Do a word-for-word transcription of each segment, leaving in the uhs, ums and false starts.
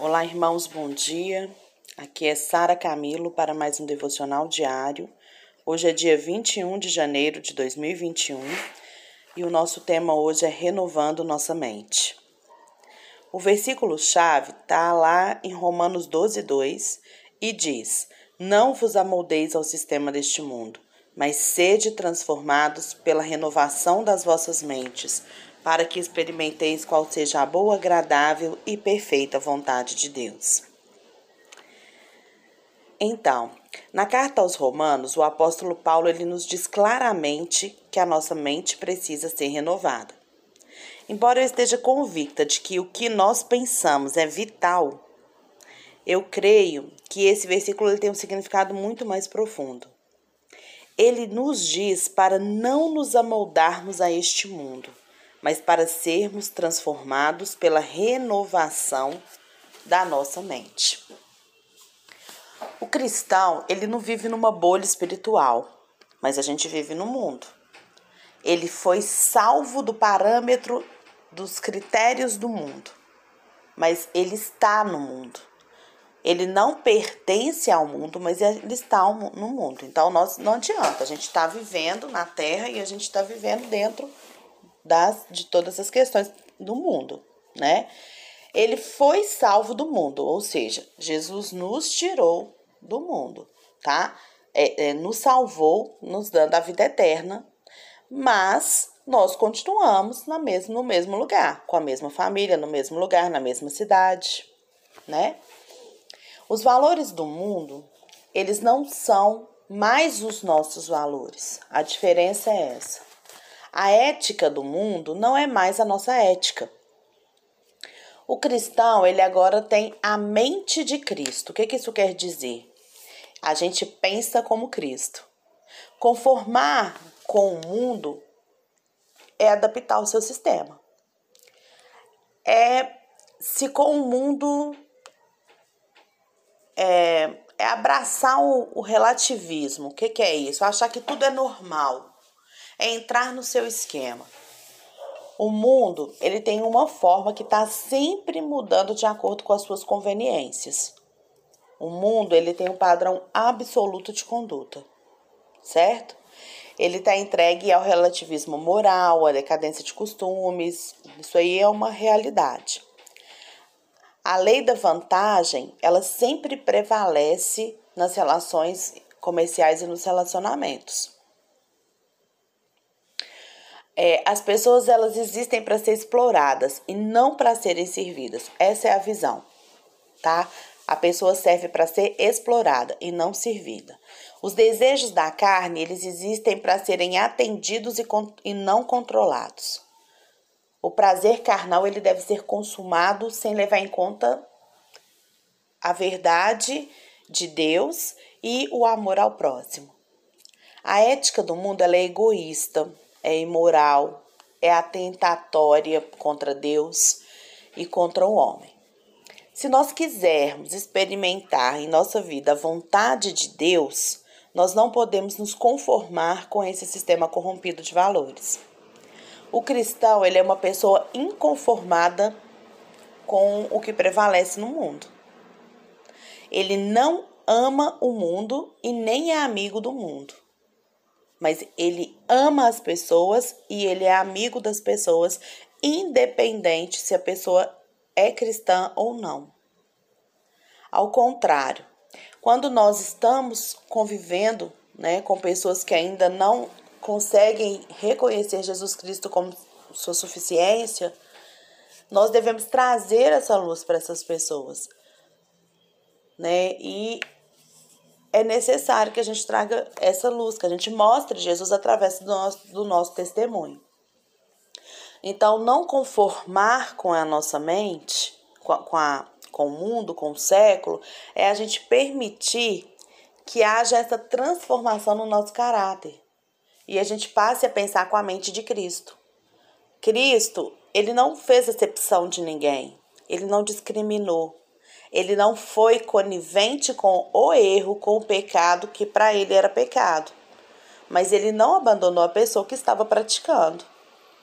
Olá, irmãos, bom dia. Aqui é Sara Camilo para mais um devocional diário. Hoje é dia vinte e um de janeiro de dois mil e vinte e um e o nosso tema hoje é Renovando Nossa Mente. O versículo-chave está lá em Romanos doze, dois e diz: Não vos amoldeis ao sistema deste mundo, mas sede transformados pela renovação das vossas mentes, para que experimenteis qual seja a boa, agradável e perfeita vontade de Deus. Então, na carta aos Romanos, o apóstolo Paulo ele nos diz claramente que a nossa mente precisa ser renovada. Embora eu esteja convicta de que o que nós pensamos é vital, eu creio que esse versículo ele tem um significado muito mais profundo. Ele nos diz para não nos amoldarmos a este mundo, mas para sermos transformados pela renovação da nossa mente. O cristão, ele não vive numa bolha espiritual, mas a gente vive no mundo. Ele foi salvo do parâmetro dos critérios do mundo, mas ele está no mundo. Ele não pertence ao mundo, mas ele está no mundo. Então, nós, não adianta, a gente está vivendo na Terra e a gente está vivendo dentro das, de todas as questões do mundo, né? Ele foi salvo do mundo, ou seja, Jesus nos tirou do mundo, tá? É, é, nos salvou, nos dando a vida eterna, mas nós continuamos na mesma, no mesmo lugar, com a mesma família, no mesmo lugar, na mesma cidade, né? Os valores do mundo, eles não são mais os nossos valores. A diferença é essa. A ética do mundo não é mais a nossa ética. O cristão, ele agora tem a mente de Cristo. O que, que isso quer dizer? A gente pensa como Cristo. Conformar com o mundo é adaptar o seu sistema. É se com o mundo é, é abraçar o, o relativismo. O que, que é isso? Achar que tudo é normal. É entrar no seu esquema. O mundo, ele tem uma forma que está sempre mudando de acordo com as suas conveniências. O mundo, ele tem um padrão absoluto de conduta, certo? Ele está entregue ao relativismo moral, à decadência de costumes. Isso aí é uma realidade. A lei da vantagem, ela sempre prevalece nas relações comerciais e nos relacionamentos. É, as pessoas elas existem para ser exploradas e não para serem servidas. Essa é a visão, tá? A pessoa serve para ser explorada e não servida. Os desejos da carne, eles existem para serem atendidos e, e não controlados. O prazer carnal, ele deve ser consumado sem levar em conta a verdade de Deus e o amor ao próximo. A ética do mundo, ela é egoísta, é imoral, é atentatória contra Deus e contra o homem. Se nós quisermos experimentar em nossa vida a vontade de Deus, nós não podemos nos conformar com esse sistema corrompido de valores. O cristão, ele é uma pessoa inconformada com o que prevalece no mundo. Ele não ama o mundo e nem é amigo do mundo. Mas ele ama as pessoas e ele é amigo das pessoas, independente se a pessoa é cristã ou não. Ao contrário, quando nós estamos convivendo, né, com pessoas que ainda não conseguem reconhecer Jesus Cristo como sua suficiência, nós devemos trazer essa luz para essas pessoas, né? E é necessário que a gente traga essa luz, que a gente mostre Jesus através do nosso, do nosso testemunho. Então, não conformar com a nossa mente, com, a, com, a, com o mundo, com o século, é a gente permitir que haja essa transformação no nosso caráter. E a gente passe a pensar com a mente de Cristo. Cristo, ele não fez acepção de ninguém, ele não discriminou. Ele não foi conivente com o erro, com o pecado que para ele era pecado. Mas ele não abandonou a pessoa que estava praticando.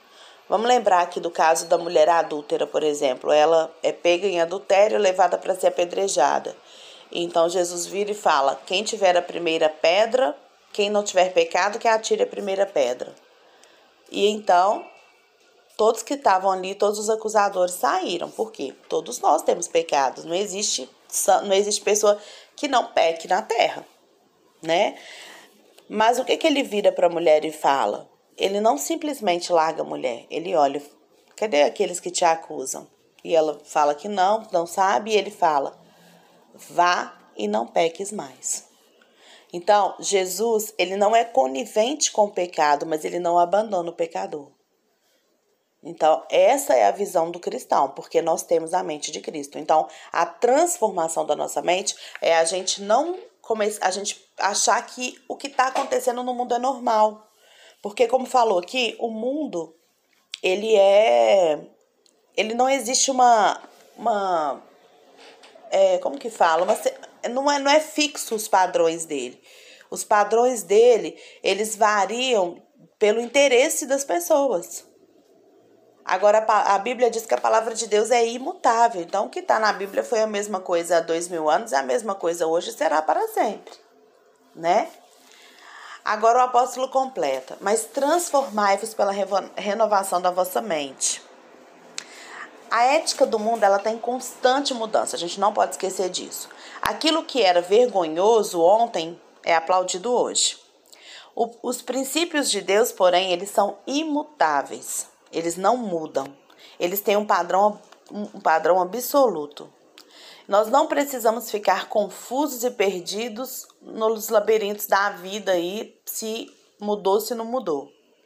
Vamos lembrar aqui do caso da mulher adúltera, por exemplo. Ela é pega em adultério, levada para ser apedrejada. Então Jesus vira e fala: quem tiver a primeira pedra, quem não tiver pecado, que atire a primeira pedra. E então, todos que estavam ali, todos os acusadores saíram. Por quê? Todos nós temos pecados. Não existe, não existe pessoa que não peque na terra, né? Mas o que, que ele vira para a mulher e fala? Ele não simplesmente larga a mulher. Ele olha: cadê aqueles que te acusam? E ela fala que não, não sabe. E ele fala: vá e não peques mais. Então, Jesus, ele não é conivente com o pecado, mas ele não abandona o pecador. Então, essa é a visão do cristão, porque nós temos a mente de Cristo. Então, a transformação da nossa mente é a gente não começar, a gente achar que o que está acontecendo no mundo é normal. Porque, como falou aqui, o mundo, ele é... Ele não existe uma... uma é, como que fala? Uma, não, é, não é fixo os padrões dele. Os padrões dele, eles variam pelo interesse das pessoas. Agora, a Bíblia diz que a palavra de Deus é imutável. Então, o que está na Bíblia foi a mesma coisa há dois mil anos, é a mesma coisa hoje, será para sempre, né? Agora o apóstolo completa: mas transformai-vos pela renovação da vossa mente. A ética do mundo, ela está em constante mudança, a gente não pode esquecer disso. Aquilo que era vergonhoso ontem é aplaudido hoje. O, os princípios de Deus, porém, eles são imutáveis, eles não mudam, eles têm um padrão, um padrão absoluto. Nós não precisamos ficar confusos e perdidos nos labirintos da vida aí, se mudou, se não mudou.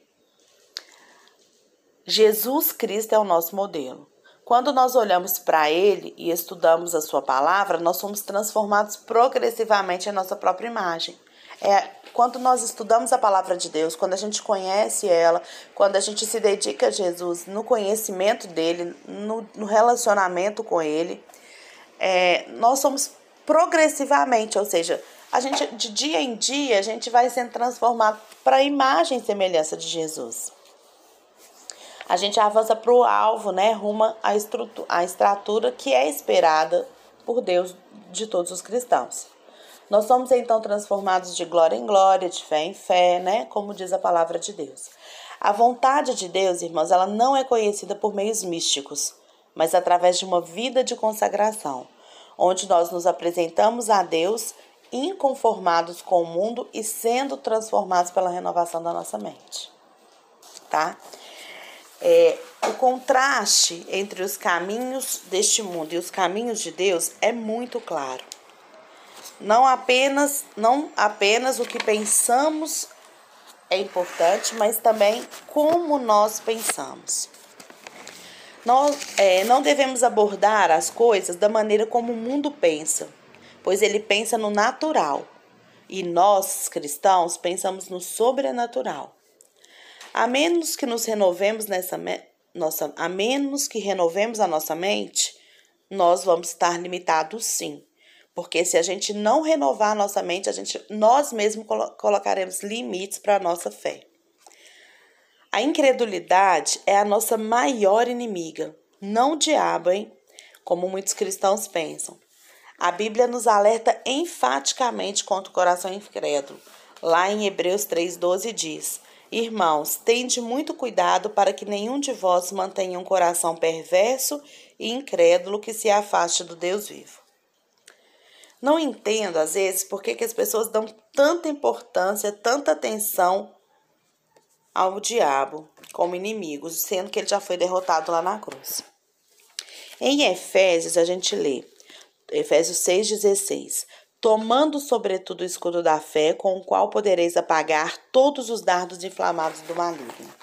Jesus Cristo é o nosso modelo. Quando nós olhamos para Ele e estudamos a sua palavra, nós somos transformados progressivamente em nossa própria imagem. É, quando nós estudamos a palavra de Deus, quando a gente conhece ela, quando a gente se dedica a Jesus no conhecimento dele, no, no relacionamento com Ele, É, nós somos progressivamente, ou seja, a gente, de dia em dia, a gente vai sendo transformado para a imagem e semelhança de Jesus. A gente avança para o alvo, né, rumo à estrutura, à estatura que é esperada por Deus de todos os cristãos. Nós somos então transformados de glória em glória, de fé em fé, né, como diz a palavra de Deus. A vontade de Deus, irmãos, ela não é conhecida por meios místicos, mas através de uma vida de consagração, onde nós nos apresentamos a Deus inconformados com o mundo e sendo transformados pela renovação da nossa mente, tá? É, o contraste entre os caminhos deste mundo e os caminhos de Deus é muito claro. Não apenas, não apenas o que pensamos é importante, mas também como nós pensamos. Nós é, não devemos abordar as coisas da maneira como o mundo pensa, pois ele pensa no natural e nós, cristãos, pensamos no sobrenatural. A menos que nos renovemos nessa nossa, a menos que renovemos a nossa mente, nós vamos estar limitados sim, porque se a gente não renovar a nossa mente, a gente, nós mesmos colocaremos limites para a nossa fé. A incredulidade é a nossa maior inimiga, não o diabo, hein? Como muitos cristãos pensam. A Bíblia nos alerta enfaticamente contra o coração incrédulo. Lá em Hebreus três, doze diz: irmãos, tende muito cuidado para que nenhum de vós mantenha um coração perverso e incrédulo que se afaste do Deus vivo. Não entendo, às vezes, por que, que as pessoas dão tanta importância, tanta atenção ao diabo como inimigo, sendo que ele já foi derrotado lá na cruz. Em Efésios, a gente lê, Efésios seis, dezesseis, tomando sobretudo o escudo da fé, com o qual podereis apagar todos os dardos inflamados do maligno.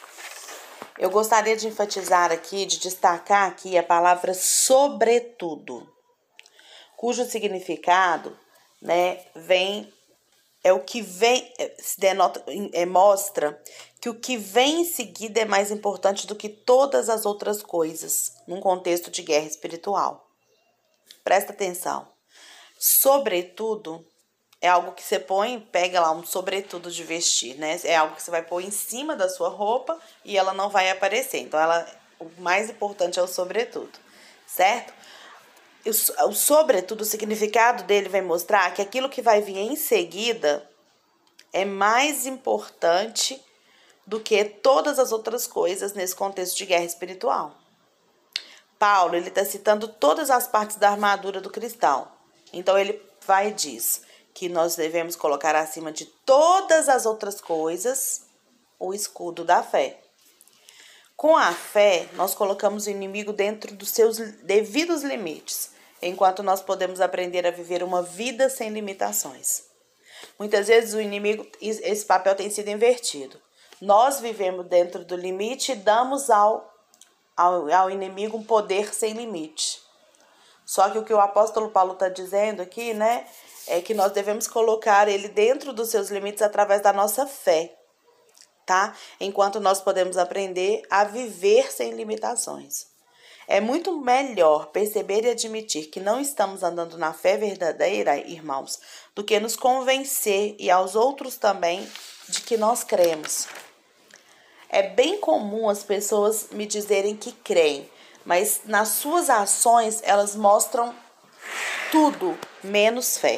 Eu gostaria de enfatizar aqui, de destacar aqui a palavra sobretudo, cujo significado, né, vem... É o que vem, se denota, é, mostra que o que vem em seguida é mais importante do que todas as outras coisas, num contexto de guerra espiritual. Presta atenção. Sobretudo, é algo que você põe, pega lá um sobretudo de vestir, né? É algo que você vai pôr em cima da sua roupa e ela não vai aparecer. Então, ela, o mais importante é o sobretudo, certo? O, o sobretudo, o significado dele vai mostrar que aquilo que vai vir em seguida é mais importante do que todas as outras coisas nesse contexto de guerra espiritual. Paulo, ele está citando todas as partes da armadura do cristão. Então, ele vai e diz que nós devemos colocar acima de todas as outras coisas o escudo da fé. Com a fé, nós colocamos o inimigo dentro dos seus devidos limites, enquanto nós podemos aprender a viver uma vida sem limitações. Muitas vezes o inimigo, esse papel tem sido invertido. Nós vivemos dentro do limite e damos ao, ao, ao inimigo um poder sem limite. Só que o que o apóstolo Paulo está dizendo aqui, né, é que nós devemos colocar ele dentro dos seus limites através da nossa fé, tá? Enquanto nós podemos aprender a viver sem limitações. É muito melhor perceber e admitir que não estamos andando na fé verdadeira, irmãos, do que nos convencer e aos outros também de que nós cremos. É bem comum as pessoas me dizerem que creem, mas nas suas ações elas mostram tudo menos fé.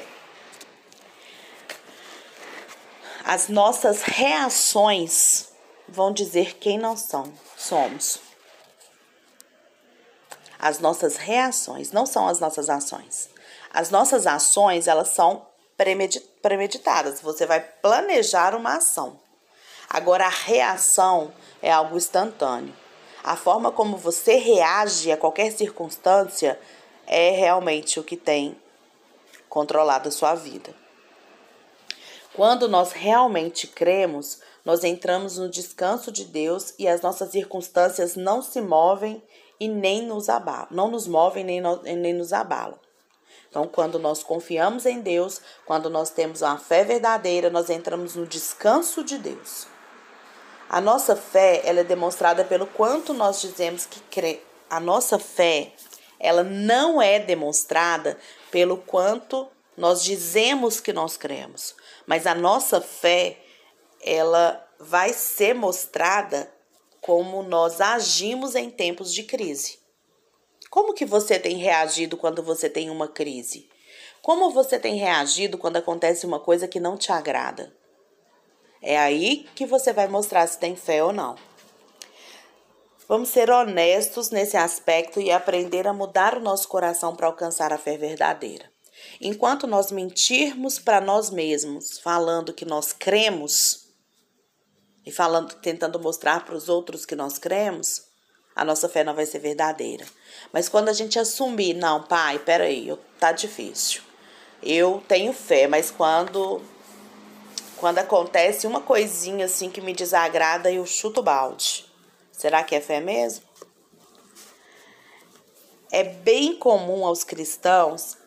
As nossas reações vão dizer quem nós somos. As nossas reações, não são as nossas ações. As nossas ações, elas são premeditadas. Você vai planejar uma ação. Agora, a reação é algo instantâneo. A forma como você reage a qualquer circunstância é realmente o que tem controlado a sua vida. Quando nós realmente cremos, nós entramos no descanso de Deus e as nossas circunstâncias não se movem e nem nos abalam. Não nos movem nem, no, nem nos abalam. Então, quando nós confiamos em Deus, quando nós temos uma fé verdadeira, nós entramos no descanso de Deus. A nossa fé, ela é demonstrada pelo quanto nós dizemos que crê. A nossa fé, ela não é demonstrada pelo quanto nós dizemos que nós cremos. Mas a nossa fé, ela vai ser mostrada como nós agimos em tempos de crise. Como que você tem reagido quando você tem uma crise? Como você tem reagido quando acontece uma coisa que não te agrada? É aí que você vai mostrar se tem fé ou não. Vamos ser honestos nesse aspecto e aprender a mudar o nosso coração para alcançar a fé verdadeira. Enquanto nós mentirmos para nós mesmos, falando que nós cremos e falando, tentando mostrar para os outros que nós cremos, a nossa fé não vai ser verdadeira. Mas quando a gente assumir, não, pai, peraí, eu, tá difícil. Eu tenho fé, mas quando, quando acontece uma coisinha assim que me desagrada, eu chuto o balde. Será que é fé mesmo? É bem comum aos cristãos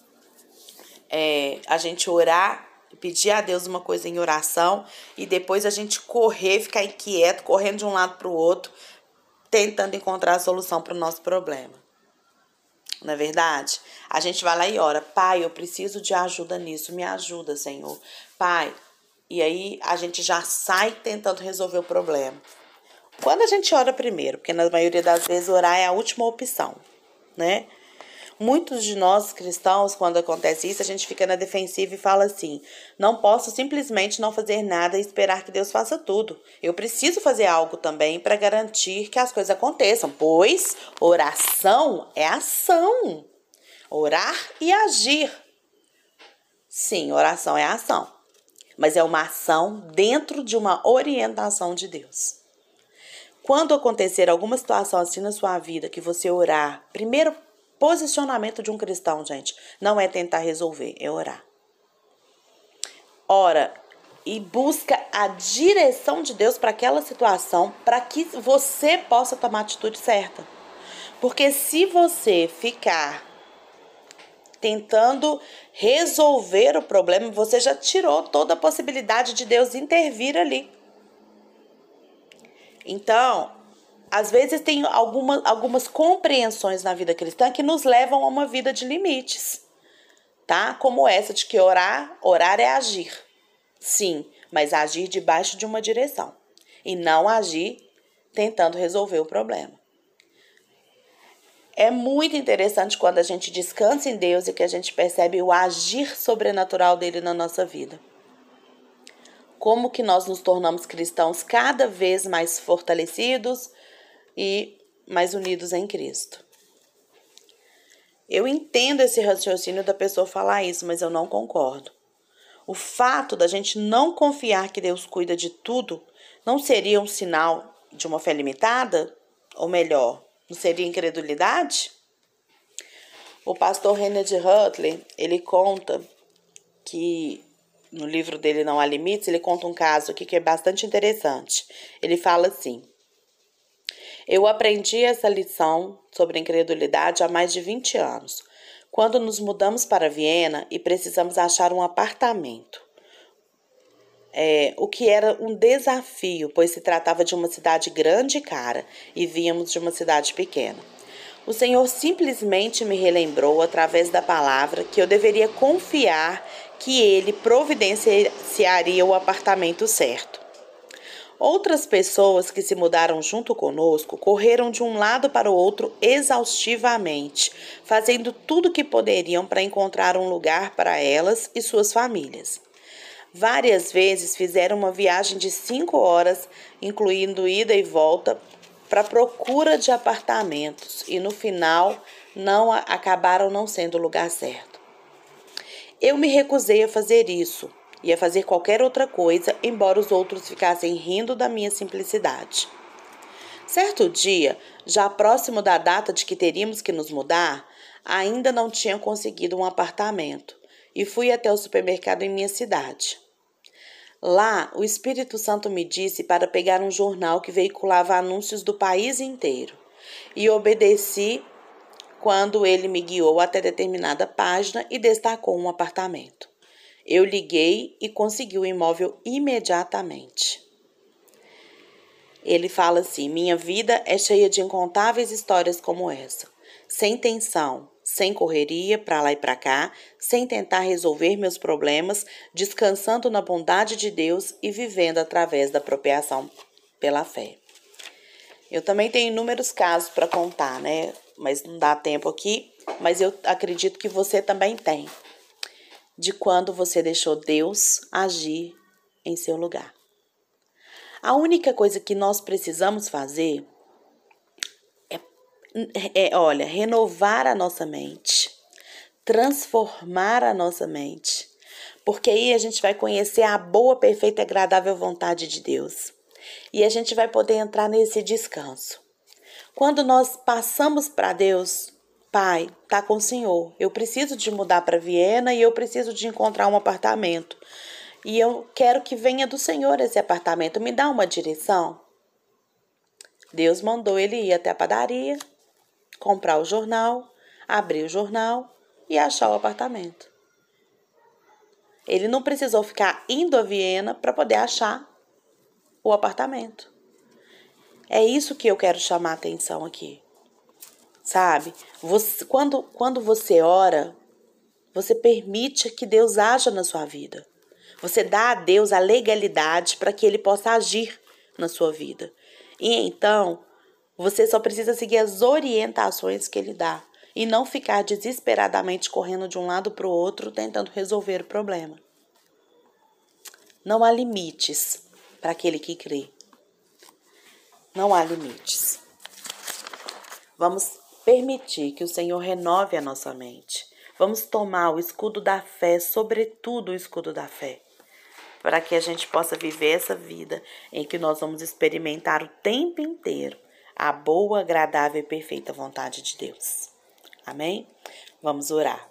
É, a gente orar, pedir a Deus uma coisa em oração e depois a gente correr, ficar inquieto, correndo de um lado para o outro, tentando encontrar a solução para o nosso problema. Não é verdade? A gente vai lá e ora, pai, eu preciso de ajuda nisso, me ajuda, Senhor. Pai, e aí a gente já sai tentando resolver o problema. Quando a gente ora primeiro, porque na maioria das vezes orar é a última opção, né? Muitos de nós cristãos, quando acontece isso, a gente fica na defensiva e fala assim, não posso simplesmente não fazer nada e esperar que Deus faça tudo. Eu preciso fazer algo também para garantir que as coisas aconteçam, pois oração é ação. Orar e agir. Sim, oração é ação, mas é uma ação dentro de uma orientação de Deus. Quando acontecer alguma situação assim na sua vida, que você orar, primeiro, posicionamento de um cristão, gente, não é tentar resolver, é orar. Ora e busca a direção de Deus para aquela situação, para que você possa tomar a atitude certa. Porque se você ficar tentando resolver o problema, você já tirou toda a possibilidade de Deus intervir ali. Então, às vezes tem alguma, algumas compreensões na vida cristã que nos levam a uma vida de limites. tá? Como essa de que orar, orar é agir. Sim, mas agir debaixo de uma direção. E não agir tentando resolver o problema. É muito interessante quando a gente descansa em Deus e que a gente percebe o agir sobrenatural dele na nossa vida. Como que nós nos tornamos cristãos cada vez mais fortalecidos e mais unidos em Cristo. Eu entendo esse raciocínio da pessoa falar isso, mas eu não concordo. O fato da gente não confiar que Deus cuida de tudo não seria um sinal de uma fé limitada? Ou melhor, não seria incredulidade? O pastor Kennedy Hutler, ele conta que, no livro dele Não Há Limites, ele conta um caso aqui que é bastante interessante. Ele fala assim: eu aprendi essa lição sobre incredulidade há mais de vinte anos, quando nos mudamos para Viena e precisamos achar um apartamento. É, o que era um desafio, pois se tratava de uma cidade grande e cara, e víamos de uma cidade pequena. O Senhor simplesmente me relembrou, através da palavra, que eu deveria confiar que Ele providenciaria o apartamento certo. Outras pessoas que se mudaram junto conosco correram de um lado para o outro exaustivamente, fazendo tudo o que poderiam para encontrar um lugar para elas e suas famílias. Várias vezes fizeram uma viagem de cinco horas, incluindo ida e volta, para procura de apartamentos e no final não acabaram não sendo o lugar certo. Eu me recusei a fazer isso e a fazer qualquer outra coisa, embora os outros ficassem rindo da minha simplicidade. Certo dia, já próximo da data de que teríamos que nos mudar, ainda não tinha conseguido um apartamento e fui até o supermercado em minha cidade. Lá, o Espírito Santo me disse para pegar um jornal que veiculava anúncios do país inteiro e obedeci quando ele me guiou até determinada página e destacou um apartamento. Eu liguei e consegui o imóvel imediatamente. Ele fala assim: minha vida é cheia de incontáveis histórias como essa, sem tensão, sem correria para lá e para cá, sem tentar resolver meus problemas, descansando na bondade de Deus e vivendo através da apropriação pela fé. Eu também tenho inúmeros casos para contar, né? Mas não dá tempo aqui, mas eu acredito que você também tem, de quando você deixou Deus agir em seu lugar. A única coisa que nós precisamos fazer é, é, olha, renovar a nossa mente, transformar a nossa mente, porque aí a gente vai conhecer a boa, perfeita e agradável vontade de Deus. E a gente vai poder entrar nesse descanso. Quando nós passamos para Deus: Pai, tá com o Senhor, eu preciso de mudar para Viena e eu preciso de encontrar um apartamento. E eu quero que venha do Senhor esse apartamento, me dá uma direção. Deus mandou ele ir até a padaria, comprar o jornal, abrir o jornal e achar o apartamento. Ele não precisou ficar indo a Viena para poder achar o apartamento. É isso que eu quero chamar a atenção aqui. Sabe? Você, quando, quando você ora, você permite que Deus haja na sua vida. Você dá a Deus a legalidade para que Ele possa agir na sua vida. E então, você só precisa seguir as orientações que Ele dá e não ficar desesperadamente correndo de um lado para o outro tentando resolver o problema. Não há limites para aquele que crê. Não há limites. Vamos permitir que o Senhor renove a nossa mente. Vamos tomar o escudo da fé, sobretudo o escudo da fé, para que a gente possa viver essa vida em que nós vamos experimentar o tempo inteiro a boa, agradável e perfeita vontade de Deus. Amém? Vamos orar.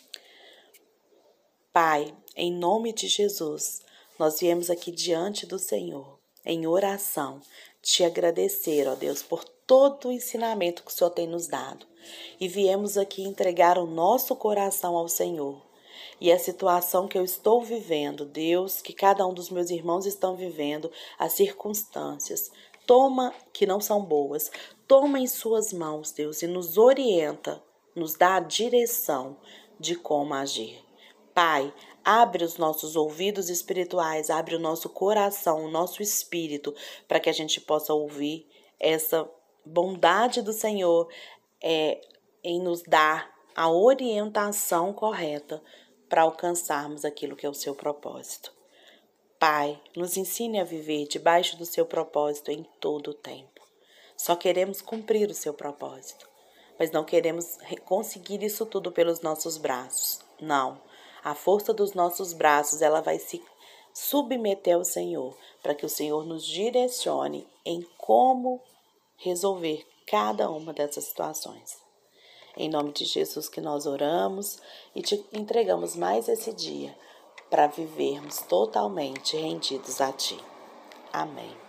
Pai, em nome de Jesus, nós viemos aqui diante do Senhor, em oração, te agradecer, ó Deus, por todo o ensinamento que o Senhor tem nos dado. E viemos aqui entregar o nosso coração ao Senhor. E a situação que eu estou vivendo, Deus, que cada um dos meus irmãos estão vivendo, as circunstâncias, toma, que não são boas, toma em suas mãos, Deus, e nos orienta, nos dá a direção de como agir. Pai, abre os nossos ouvidos espirituais, abre o nosso coração, o nosso espírito, para que a gente possa ouvir essa bondade do Senhor é, em nos dar a orientação correta para alcançarmos aquilo que é o seu propósito. Pai, nos ensine a viver debaixo do seu propósito em todo o tempo. Só queremos cumprir o seu propósito, mas não queremos conseguir isso tudo pelos nossos braços. Não, a força dos nossos braços ela vai se submeter ao Senhor, para que o Senhor nos direcione em como resolver cada uma dessas situações. Em nome de Jesus que nós oramos e te entregamos mais esse dia para vivermos totalmente rendidos a Ti. Amém.